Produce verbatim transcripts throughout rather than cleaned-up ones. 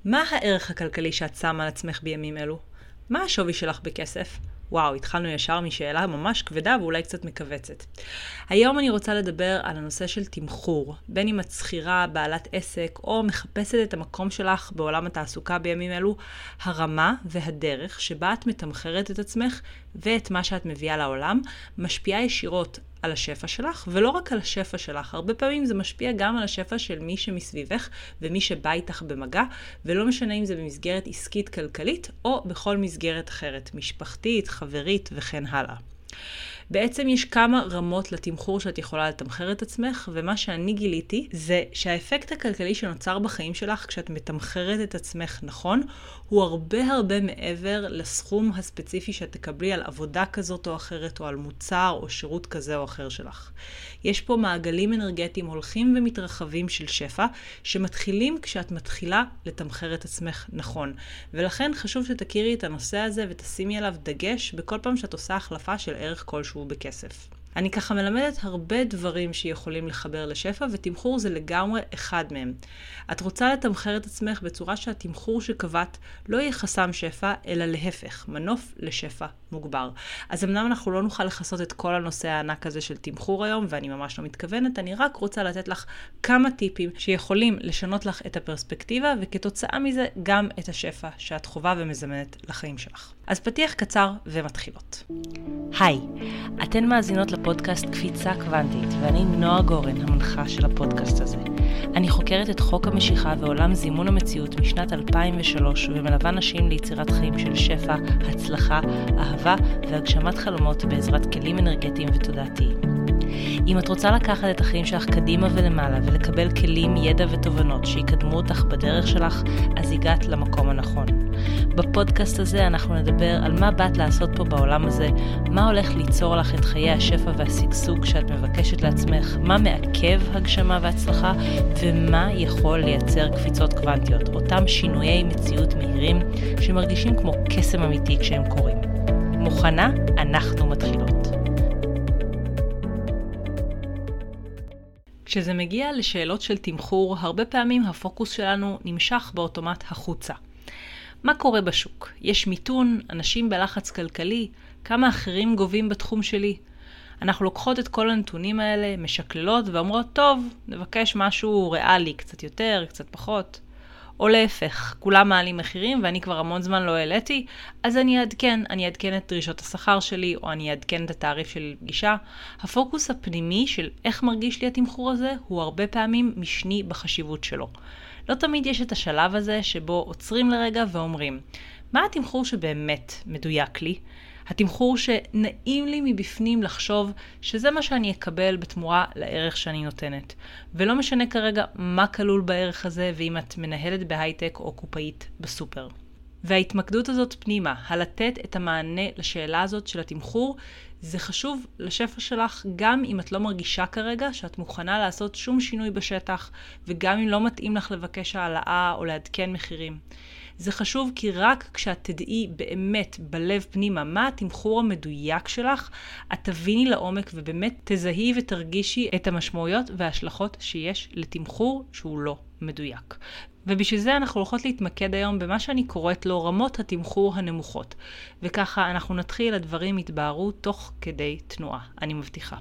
מה הערך הכלכלי שאת שמה על עצמך בימים אלו? מה השווי שלך בכסף? וואו, התחלנו ישר משאלה ממש כבדה ואולי קצת מכווצת. היום אני רוצה לדבר על הנושא של תמחור, בין אם את שכירה, בעלת עסק, או מחפשת את המקום שלך בעולם התעסוקה בימים אלו, הרמה והדרך שבה את מתמחרת את עצמך ואת מה שאת מביאה לעולם, משפיעה ישירות על השפע שלך, ולא רק על השפע שלך. הרבה פעמים זה משפיע גם על השפע של מי שמסביבך ומי שבא איתך במגע, ולא משנה אם זה במסגרת עסקית כלכלית או בכל מסגרת אחרת, משפחתית, חברית וכן הלאה. בעצם יש כמה רמות לתמחור שאת יכולה לתמחר את עצמך, ומה שאני גיליתי זה שהאפקט הכלכלי שנוצר בחיים שלך כשאת מתמחרת את עצמך נכון, הוא הרבה הרבה מעבר לסכום הספציפי שאת תקבלי על עבודה כזאת או אחרת, או על מוצר או שירות כזה או אחר שלך. יש פה מעגלים אנרגטיים הולכים ומתרחבים של שפע, שמתחילים כשאת מתחילה לתמחר את עצמך נכון. ולכן חשוב שתכירי את הנושא הזה ותשימי עליו דגש בכל פעם שאת עושה החלפה של ערך כלשהו בכסף. אני ככה מלמדת הרבה דברים שיכולים לחבר לשפע, ותמחור זה לגמרי אחד מהם. את רוצה לתמחר את עצמך בצורה שהתמחור שקבעת לא יהיה חסם שפע, אלא להפך, מנוף לשפע מוגבר. אז אמנם אנחנו לא נוכל לחסות את כל הנושא הענק הזה של תמחור היום, ואני ממש לא מתכוונת, אני רק רוצה לתת לך כמה טיפים שיכולים לשנות לך את הפרספקטיבה, וכתוצאה מזה גם את השפע שאת חובה ומזמנת לחיים שלך. אז פתיח קצר ומתחילות. היי, אתן מאזינות לפודקאסט קפיצה קוונטית, ואני נועה גורן, המנחה של הפודקאסט הזה. אני חוקרת את חוק המשיכה ועולם זימון המציאות משנת אלפיים ושלוש, ומלווה נשים ליצירת חיים של שפע, הצלחה, אהבה והגשמת חלומות בעזרת כלים אנרגטיים ותודעתיים. אם את רוצה לקחת את החיים שלך קדימה ולמעלה ולקבל כלים, ידע ותובנות שיקדמו אותך בדרך שלך, אז הגעת למקום הנכון. בפודקאסט הזה אנחנו נדבר על מה באת לעשות פה בעולם הזה, מה הולך ליצור לך את חיי השפע והשגשוג שאת מבקשת לעצמך, מה מעכב הגשמה והצלחה, ומה יכול לייצר קפיצות קוונטיות, אותם שינויי מציאות מהירים שמרגישים כמו קסם אמיתי כשהם קורים. מוכנה? אנחנו מתחילות. כשזה מגיע לשאלות של תמחור, הרבה פעמים הפוקוס שלנו נמשך באוטומט החוצה. מה קורה בשוק? יש מיתון, אנשים בלחץ כלכלי, כמה אחרים גובים בתחום שלי. אנחנו לוקחות את כל הנתונים האלה, משקללות ואומרות, טוב, נבקש משהו ריאלי, קצת יותר, קצת פחות. או להפך, כולם מעלים מחירים ואני כבר המון זמן לא העליתי, אז אני אעדכן, אני אעדכן את דרישות השכר שלי, או אני אעדכן את התעריף של פגישה. הפוקוס הפנימי של איך מרגיש לי התמחור הזה, הוא הרבה פעמים משני בחשיבות שלו. לא תמיד יש את השלב הזה שבו עוצרים לרגע ואומרים, מה התמחור שבאמת מדויק לי? התמחור שנעים לי מבפנים לחשוב שזה מה שאני אקבל בתמורה לערך שאני נותנת. ולא משנה כרגע מה כלול בערך הזה, ואם את מנהלת בהייטק או קופאית בסופר. וההתמקדות הזאת פנימה, הלתת את המענה לשאלה הזאת של התמחור, זה חשוב לשפע שלך גם אם את לא מרגישה כרגע שאת מוכנה לעשות שום שינוי בשטח, וגם אם לא מתאים לך לבקש העלאה או לעדכן מחירים. זה חשוב כי רק כשאת תדעי באמת בלב פנימה מה התמחור המדויק שלך, את תביני לעומק ובאמת תזהי ותרגישי את המשמעויות וההשלכות שיש לתמחור שהוא לא מדויק. ובשביל זה אנחנו הולכות להתמקד היום במה שאני קוראת לו רמות התמחור הנמוכות. וככה אנחנו נתחיל, הדברים יתבהרו תוך כדי תנועה, אני מבטיחה.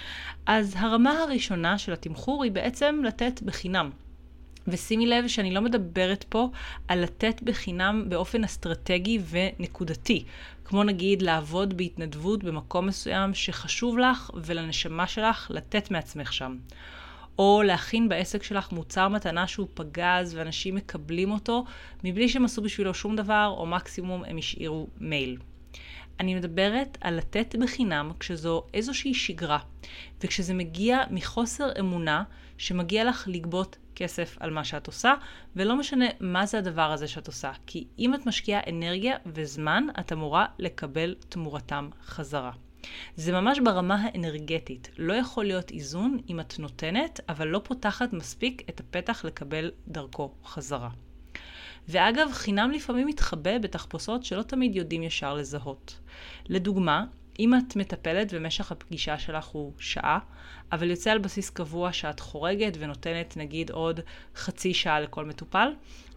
אז הרמה הראשונה של התמחור היא בעצם לתת בחינם. ושימי לב שאני לא מדברת פה על לתת בחינם באופן אסטרטגי ונקודתי, כמו נגיד לעבוד בהתנדבות במקום מסוים שחשוב לך ולנשמה שלך לתת מעצמך שם. או להכין בעסק שלך מוצר מתנה שהוא פגז ואנשים מקבלים אותו מבלי שהם עשו בשבילו שום דבר, או מקסימום הם השאירו מייל. אני מדברת על לתת בחינם כשזו איזושהי שגרה, וכשזה מגיע מחוסר אמונה שמגיע לך לגבות כסף על מה שאת עושה, ולא משנה מה זה הדבר הזה שאת עושה, כי אם את משקיעה אנרגיה וזמן, את אמורה לקבל תמורתם חזרה. זה ממש ברמה האנרגטית. לא יכול להיות איזון אם את נותנת, אבל לא פותחת מספיק את הפתח לקבל דרכו חזרה. ואגב, חינם לפעמים מתחבא בתחפושות שלא תמיד יודעים ישר לזהות. לדוגמה, אם את מטפלת ומשך הפגישה שלך הוא שעה, אבל יוצא על בסיס קבוע שאת חורגת ונותנת נגיד עוד חצי שעה לכל מטופל,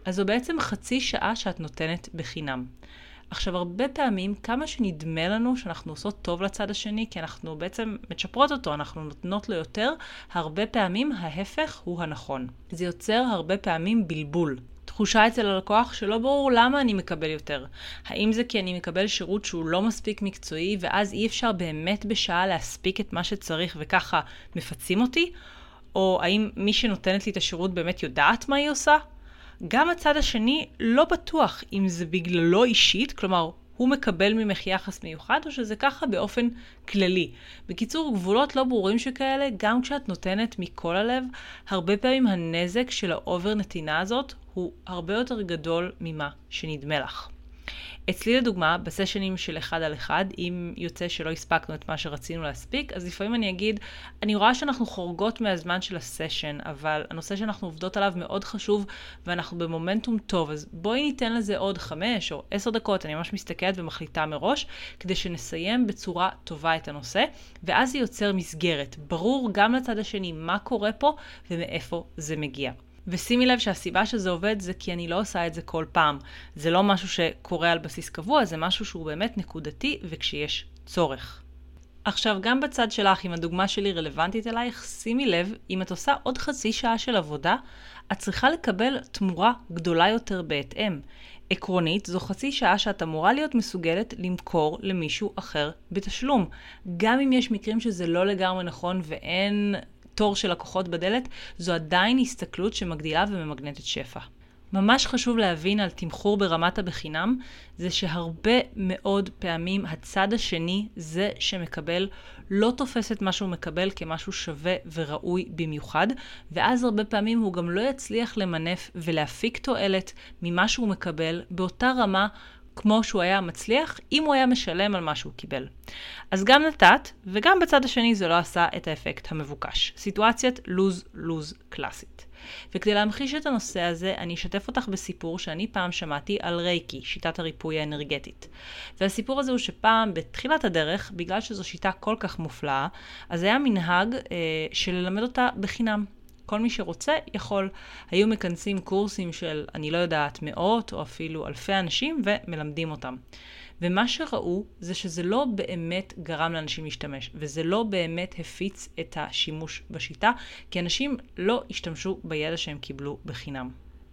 אז זו בעצם חצי שעה שאת נותנת בחינם. עכשיו, הרבה פעמים, כמה שנדמה לנו שאנחנו עושות טוב לצד השני, כי אנחנו בעצם מצ'פרות אותו, אנחנו נותנות לו יותר, הרבה פעמים ההפך הוא הנכון. זה יוצר הרבה פעמים בלבול. תחושה אצל הלקוח שלא ברור למה אני מקבל יותר. האם זה כי אני מקבל שירות שהוא לא מספיק מקצועי, ואז אי אפשר באמת בשעה להספיק את מה שצריך וככה מפצים אותי? או האם מי שנותנת לי את השירות באמת יודעת מה היא עושה? גם הצד השני לא בטוח אם זה בגללו אישית, כלומר, הוא מקבל ממך יחס מיוחד, או שזה ככה באופן כללי. בקיצור, גבולות לא ברורים שכאלה, גם כשאת נותנת מכל הלב, הרבה פעמים הנזק של האובר נתינה הזאת הוא הרבה יותר גדול ממה שנדמה לך. אצלי לדוגמה, בסשנים של אחד על אחד, אם יוצא שלא הספקנו את מה שרצינו להספיק, אז לפעמים אני אגיד, אני רואה שאנחנו חורגות מהזמן של הסשן, אבל הנושא שאנחנו עובדות עליו מאוד חשוב, ואנחנו במומנטום טוב, אז בואי ניתן לזה עוד חמש או עשר דקות, אני ממש מסתכלת ומחליטה מראש, כדי שנסיים בצורה טובה את הנושא, ואז זה יוצר מסגרת. ברור גם לצד השני מה קורה פה ומאיפה זה מגיע. ושימי לב שהסיבה שזה עובד זה כי אני לא עושה את זה כל פעם. זה לא משהו שקורה על בסיס קבוע, זה משהו שהוא באמת נקודתי וכשיש צורך. עכשיו, גם בצד שלך, אם הדוגמה שלי רלוונטית אלייך, שימי לב, אם את עושה עוד חצי שעה של עבודה, את צריכה לקבל תמורה גדולה יותר בהתאם. עקרונית, זו חצי שעה שאת אמורה להיות מסוגלת למכור למישהו אחר בתשלום. גם אם יש מקרים שזה לא לגמרי נכון ואין תור של לקוחות בדלת, זו עדיין הסתכלות שמגדילה וממגנטת שפע. ממש חשוב להבין על תמחור ברמת הבחינם, זה שהרבה מאוד פעמים הצד השני זה שמקבל לא תופס את מה שהוא מקבל כמשהו שווה וראוי במיוחד, ואז הרבה פעמים הוא גם לא יצליח למנף ולהפיק תועלת ממה שהוא מקבל באותה רמה כמו שהוא היה מצליח, אם הוא היה משלם על מה שהוא קיבל. אז גם נתת, וגם בצד השני זה לא עשה את האפקט המבוקש. סיטואציית לוז-לוז קלאסית. וכדי להמחיש את הנושא הזה, אני אשתף אותך בסיפור שאני פעם שמעתי על רייקי, שיטת הריפוי האנרגטית. והסיפור הזה הוא שפעם, בתחילת הדרך, בגלל שזו שיטה כל כך מופלאה, אז היה מנהג אה, של ללמד אותה בחינם. כל מי שרוצה יכול. היו מכנסים קורסים של, אני לא יודעת, מאות או אפילו אלפי אנשים ומלמדים אותם. ומה שראו זה שזה לא באמת גרם לאנשים להשתמש, וזה לא באמת הפיץ את השימוש בשיטה, כי אנשים לא השתמשו בידע שהם קיבלו בחינם.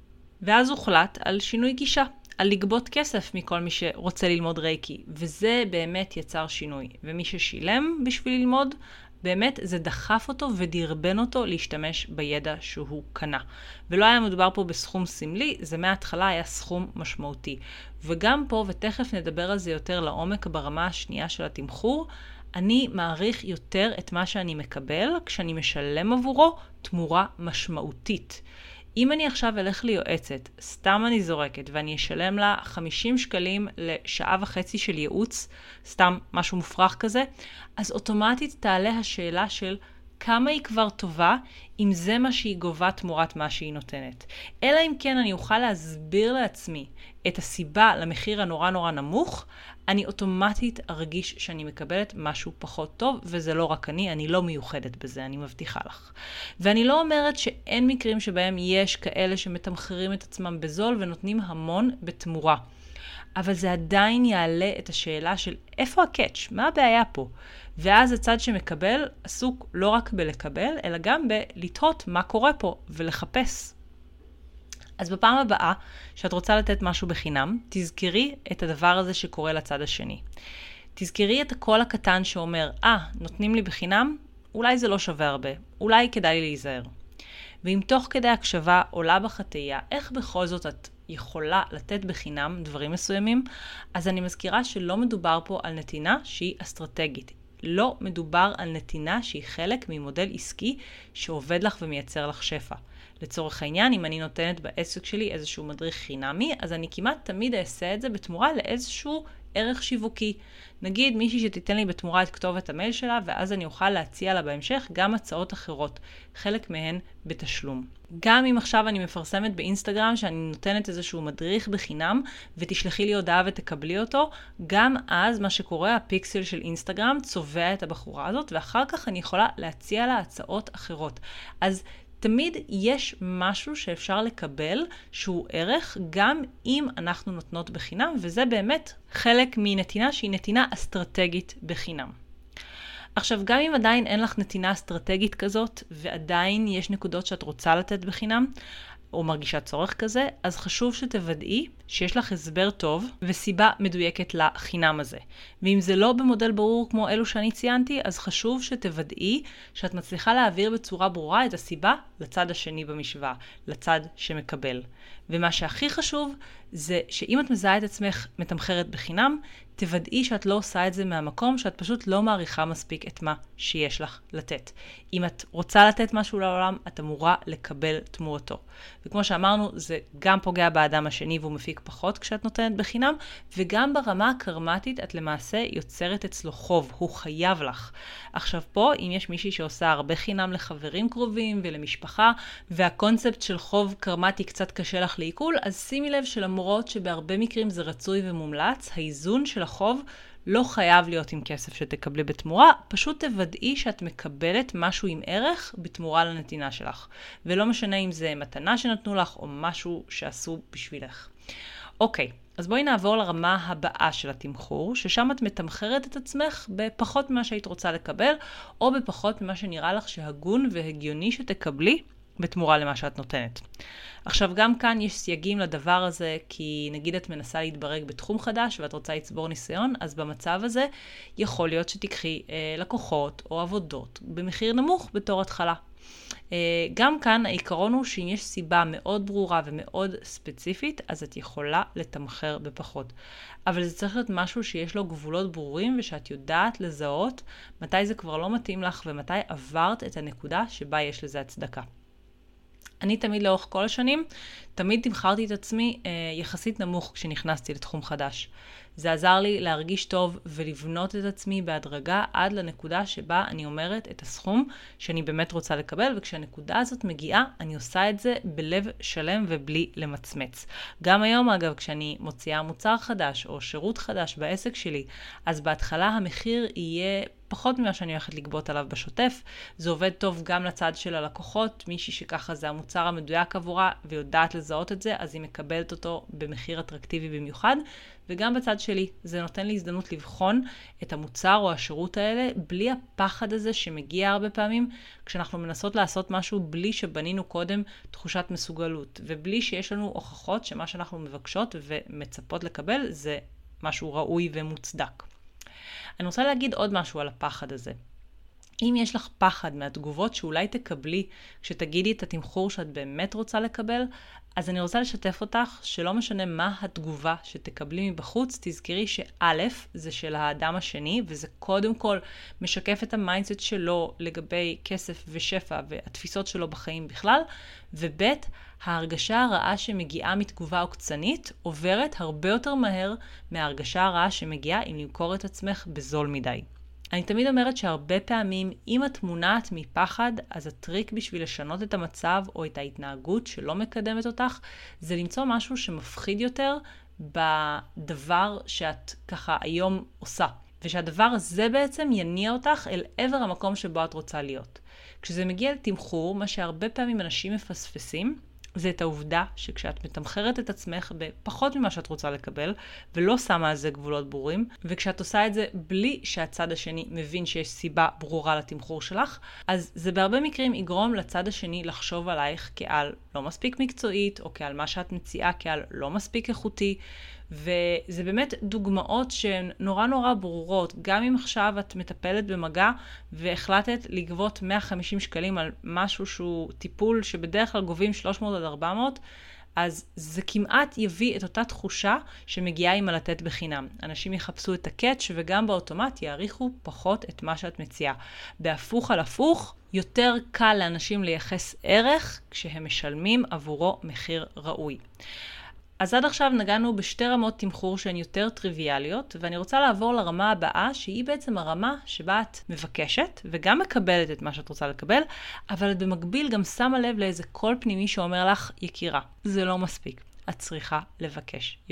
ואז הוחלט על שינוי גישה, על לגבות כסף מכל מי שרוצה ללמוד רייקי, וזה באמת יצר שינוי. ומי ששילם בשביל ללמוד, באמת זה דחף אותו ודרבן אותו להשתמש בידע שהוא קנה. ולא היה מדובר פה בסכום סמלי, זה מההתחלה היה סכום משמעותי. וגם פה, ותכף נדבר על זה יותר לעומק ברמה השנייה של התמחור, אני מעריך יותר את מה שאני מקבל כשאני משלם עבורו תמורה משמעותית. אם אני עכשיו אלך ליועצת, סתם אני זורקת, ואני אשלם לה חמישים שקלים לשעה וחצי של ייעוץ, סתם משהו מופרך כזה, אז אוטומטית תעלה השאלה של כמה היא כבר טובה, אם זה מה שהיא גובה תמורת מה שהיא נותנת. אלא אם כן אני אוכל להסביר לעצמי את הסיבה למחיר הנורא נורא נמוך, אני אוטומטית ארגיש שאני מקבלת משהו פחות טוב, וזה לא רק אני, אני לא מיוחדת בזה, אני מבטיחה לך. ואני לא אומרת שאין מקרים שבהם יש כאלה שמתמחרים את עצמם בזול ונותנים המון בתמורה. אבל זה עדיין יעלה את השאלה של איפה הקאץ', מה הבעיה פה? ואז הצד שמקבל עסוק לא רק בלקבל, אלא גם בלתהות מה קורה פה ולחפש. אז בפעם הבאה שאת רוצה לתת משהו בחינם, תזכרי את הדבר הזה שקורה לצד השני. תזכרי את הקול הקטן שאומר, אה, ah, נותנים לי בחינם? אולי זה לא שווה הרבה, אולי כדאי לי להיזהר. ואם תוך כדי הקשבה עולה בחתייה, איך בכל זאת את יכולה לתת בחינם דברים מסוימים, אז אני מזכירה שלא מדובר פה על נתינה שהיא אסטרטגית. לא מדובר על נתינה שהיא חלק ממודל עסקי שעובד לך ומייצר לך שפע. לצורך העניין, אם אני נותנת בעסק שלי איזשהו מדריך חינמי, אז אני כמעט תמיד אעשה את זה בתמורה לאיזשהו ערך שיווקי. נגיד מישהי שתיתן לי בתמורה את כתובת המייל שלה, ואז אני אוכל להציע לה בהמשך גם הצעות אחרות, חלק מהן בתשלום. גם אם עכשיו אני מפרסמת באינסטגרם שאני נותנת איזשהו מדריך בחינם, ותשלחי לי הודעה ותקבלי אותו, גם אז מה שקורה, הפיקסל של אינסטגרם צובע את הבחורה הזאת, ואחר כך אני יכולה להציע לה הצעות אחרות. אז תמיד יש משהו שאפשר לקבל שהוא ערך גם אם אנחנו נותנות בחינם, וזה באמת חלק מנתינה שהיא נתינה אסטרטגית בחינם. עכשיו, גם אם עדיין אין לך נתינה אסטרטגית כזאת, ועדיין יש נקודות שאת רוצה לתת בחינם, או מרגישה צורך כזה, אז חשוב שתוודאי שיש לך הסבר טוב וסיבה מדויקת לחינם הזה. ואם זה לא במודל ברור כמו אלו שאני ציינתי, אז חשוב שתוודאי שאת מצליחה להעביר בצורה ברורה את הסיבה לצד השני במשוואה, לצד שמקבל. ומה שהכי חשוב זה שאם את מזהה את עצמך מתמחרת בחינם, תוודאי שאת לא עושה את זה מהמקום שאת פשוט לא מעריכה מספיק את מה שיש לך לתת. אם את רוצה לתת משהו לעולם, את אמורה לקבל תמורתו. וכמו שאמרנו, זה גם פוגע באדם השני והוא מפיק פחות כשאת נותנת בחינם, וגם ברמה הקרמטית את למעשה יוצרת אצלו חוב, הוא חייב לך. עכשיו פה, אם יש מישהי שעושה הרבה חינם לחברים קרובים ולמשפחה, והקונספט של חוב קרמטי קצת קשה לך לעיכול, אז שימי לב שלמרות שבהרבה מקרים זה רצוי ומומלץ, האיזון של החוב לא חייב להיות עם כסף שתקבלי בתמורה, פשוט תוודאי שאת מקבלת משהו עם ערך בתמורה לנתינה שלך. ולא משנה אם זה מתנה שנתנו לך או משהו שעשו בשבילך. אוקיי, אז בואי נעבור לרמה הבאה של התמחור, ששם את מתמחרת את עצמך בפחות ממה שהיית רוצה לקבל, או בפחות ממה שנראה לך שהגון והגיוני שתקבלי בתמורה למה שאת נותנת. עכשיו גם כאן יש סייגים לדבר הזה, כי נגיד את מנסה להתברג בתחום חדש ואת רוצה לצבור ניסיון, אז במצב הזה יכול להיות שתיקחי אה, לקוחות או עבודות במחיר נמוך בתור התחלה. אה, גם כאן העיקרון הוא שאם יש סיבה מאוד ברורה ומאוד ספציפית, אז את יכולה לתמחר בפחות. אבל זה צריך להיות משהו שיש לו גבולות ברורים ושאת יודעת לזהות מתי זה כבר לא מתאים לך ומתי עברת את הנקודה שבה יש לזה הצדקה. אני תמיד לאורך כל השנים, תמיד תמחרתי את עצמי אה, יחסית נמוך כשנכנסתי לתחום חדש. זה עזר לי להרגיש טוב ולבנות את עצמי בהדרגה עד לנקודה שבה אני אומרת את הסכום שאני באמת רוצה לקבל, וכשהנקודה הזאת מגיעה, אני עושה את זה בלב שלם ובלי למצמץ. גם היום אגב, כשאני מוציאה מוצר חדש או שירות חדש בעסק שלי, אז בהתחלה המחיר יהיה פחות ממה שאני הולכת לגבות עליו בשוטף. זה עובד טוב גם לצד של הלקוחות, מישהי שככה זה המוצר המדויק עבורה ויודעת לזהות את זה, אז היא מקבלת אותו במחיר אטרקטיבי במיוחד. וגם בצד שלי, זה נותן לי הזדמנות לבחון את המוצר או השירות האלה, בלי הפחד הזה שמגיע הרבה פעמים, כשאנחנו מנסות לעשות משהו בלי שבנינו קודם תחושת מסוגלות, ובלי שיש לנו הוכחות שמה שאנחנו מבקשות ומצפות לקבל זה משהו ראוי ומוצדק. אני רוצה להגיד עוד משהו על הפחד הזה. אם יש לך פחד מהתגובות שאולי תקבלי כשתגידי את התמחור שאת באמת רוצה לקבל, אז אני רוצה לשתף אותך שלא משנה מה התגובה שתקבלי מבחוץ, תזכרי שא' זה של האדם השני, וזה קודם כל משקף את המיינדסט שלו לגבי כסף ושפע והתפיסות שלו בחיים בכלל, וב' ההרגשה הרעה שמגיעה מתגובה עוקצנית עוברת הרבה יותר מהר מההרגשה הרעה שמגיעה אם למכור את עצמך בזול מדי. אני תמיד אומרת שהרבה פעמים אם את מונעת מפחד, אז הטריק בשביל לשנות את המצב או את ההתנהגות שלא מקדמת אותך, זה למצוא משהו שמפחיד יותר בדבר שאת ככה היום עושה. ושהדבר הזה בעצם יניע אותך אל עבר המקום שבו את רוצה להיות. כשזה מגיע לתמחור, מה שהרבה פעמים אנשים מפספסים, זה את העובדה שכשאת מתמחרת את עצמך בפחות ממה שאת רוצה לקבל, ולא שמה על זה גבולות ברורים, וכשאת עושה את זה בלי שהצד השני מבין שיש סיבה ברורה לתמחור שלך, אז זה בהרבה מקרים יגרום לצד השני לחשוב עלייך כעל לא מספיק מקצועית, או כעל מה שאת מציעה כעל לא מספיק איכותי, וזה באמת דוגמאות שהן נורא נורא ברורות. גם אם עכשיו את מטפלת במגע והחלטת לגבות מאה וחמישים שקלים על משהו שהוא טיפול שבדרך כלל גובים שלוש מאות עד ארבע מאות, אז זה כמעט יביא את אותה תחושה שמגיעה עם הלתת בחינם. אנשים יחפשו את הקאץ' וגם באוטומט יעריכו פחות את מה שאת מציעה. בהפוך על הפוך, יותר קל לאנשים לייחס ערך כשהם משלמים עבורו מחיר ראוי. אז עד עכשיו נגענו בשתי רמות תמחור שהן יותר טריוויאליות, ואני רוצה לעבור לרמה הבאה, שהיא בעצם הרמה שבה את מבקשת, וגם מקבלת את מה שאת רוצה לקבל, אבל את במקביל גם שמה לב לאיזה קול פנימי שאומר לך, יקירה, זה לא מספיק, את צריכה לבקש יותר.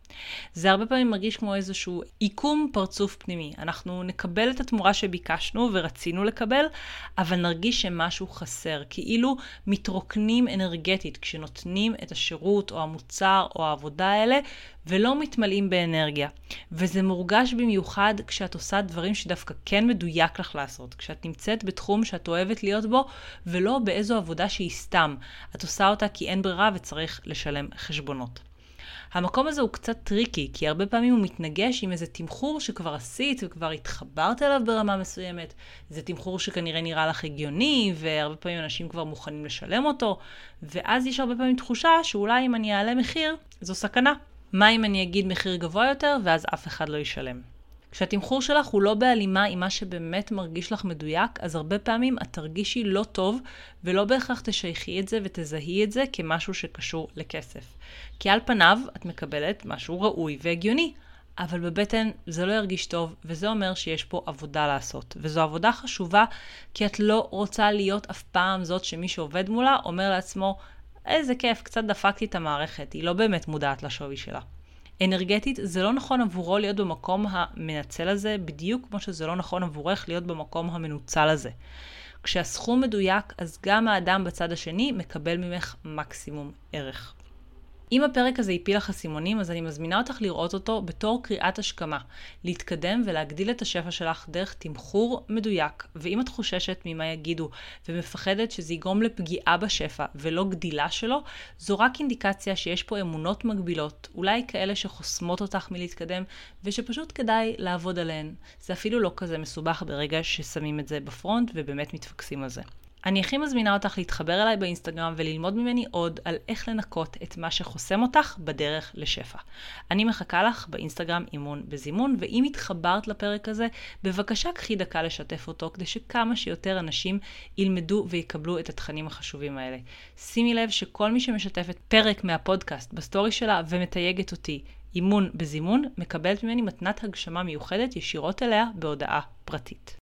זה הרבה פעמים מרגיש כמו איזשהו עיקום פרצוף פנימי. אנחנו נקבל את התמורה שביקשנו ורצינו לקבל, אבל נרגיש שמשהו חסר, כאילו מתרוקנים אנרגטית כשנותנים את השירות או המוצר או העבודה האלה, ולא מתמלאים באנרגיה. וזה מורגש במיוחד כשאת עושה דברים שדווקא כן מדויק לך לעשות, כשאת נמצאת בתחום שאת אוהבת להיות בו, ולא באיזו עבודה שהיא סתם. את עושה אותה כי אין ברירה וצריך לשלם חשבונות. המקום הזה הוא קצת טריקי, כי הרבה פעמים הוא מתנגש עם איזה תמחור שכבר עשית וכבר התחברת אליו ברמה מסוימת. זה תמחור שכנראה נראה לך הגיוני, והרבה פעמים אנשים כבר מוכנים לשלם אותו, ואז יש הרבה פעמים תחושה שאולי אם אני אעלה מחיר, זו סכנה. מה אם אני אגיד מחיר גבוה יותר, ואז אף אחד לא ישלם? כשהתמחור שלך הוא לא בהלימה עם מה שבאמת מרגיש לך מדויק, אז הרבה פעמים את תרגישי לא טוב, ולא בהכרח תשייכי את זה ותזהי את זה כמשהו שקשור לכסף. כי על פניו את מקבלת משהו ראוי והגיוני, אבל בבטן זה לא ירגיש טוב, וזה אומר שיש פה עבודה לעשות. וזו עבודה חשובה, כי את לא רוצה להיות אף פעם זאת שמי שעובד מולה אומר לעצמו, איזה כיף, קצת דפקתי את המערכת, היא לא באמת מודעת לשווי שלה. אנרגטית, זה לא נכון עבורו להיות במקום המנצל הזה, בדיוק כמו שזה לא נכון עבורך להיות במקום המנוצל הזה. כשהסכום מדויק, אז גם האדם בצד השני מקבל ממך מקסימום ערך. אם הפרק הזה יפיל לך הסימונים, אז אני מזמינה אותך לראות אותו בתור קריאת השכמה, להתקדם ולהגדיל את השפע שלך דרך תמחור מדויק. ואם את חוששת ממה יגידו ומפחדת שזה יגרום לפגיעה בשפע ולא גדילה שלו, זו רק אינדיקציה שיש פה אמונות מגבילות, אולי כאלה שחוסמות אותך מלהתקדם ושפשוט כדאי לעבוד עליהן. זה אפילו לא כזה מסובך ברגע ששמים את זה בפרונט ובאמת מתפקסים על זה. אני הכי מזמינה אותך להתחבר אליי באינסטגרם וללמוד ממני עוד על איך לנקות את מה שחוסם אותך בדרך לשפע. אני מחכה לך באינסטגרם אימון בזימון, ואם התחברת לפרק הזה, בבקשה קחי דקה לשתף אותו, כדי שכמה שיותר אנשים ילמדו ויקבלו את התכנים החשובים האלה. שימי לב שכל מי שמשתפת פרק מהפודקאסט בסטורי שלה ומתייגת אותי אימון בזימון, מקבלת ממני מתנת הגשמה מיוחדת ישירות אליה בהודעה פרטית.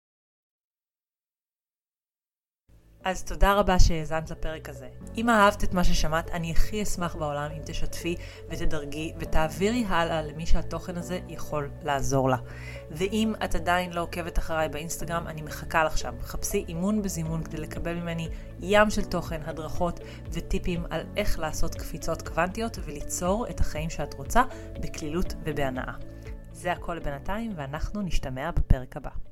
אז תודה רבה שהאזנת לפרק הזה. אם אהבת את מה ששמעת, אני הכי אשמח בעולם אם תשתפי ותדרגי ותעבירי הלאה למי שהתוכן הזה יכול לעזור לה. ואם את עדיין לא עוקבת אחריי באינסטגרם, אני מחכה לך שם. חפשי אימון בזימון כדי לקבל ממני ים של תוכן, הדרכות וטיפים על איך לעשות קפיצות קוונטיות וליצור את החיים שאת רוצה בכלילות ובהנאה. זה הכל בינתיים, ואנחנו נשתמע בפרק הבא.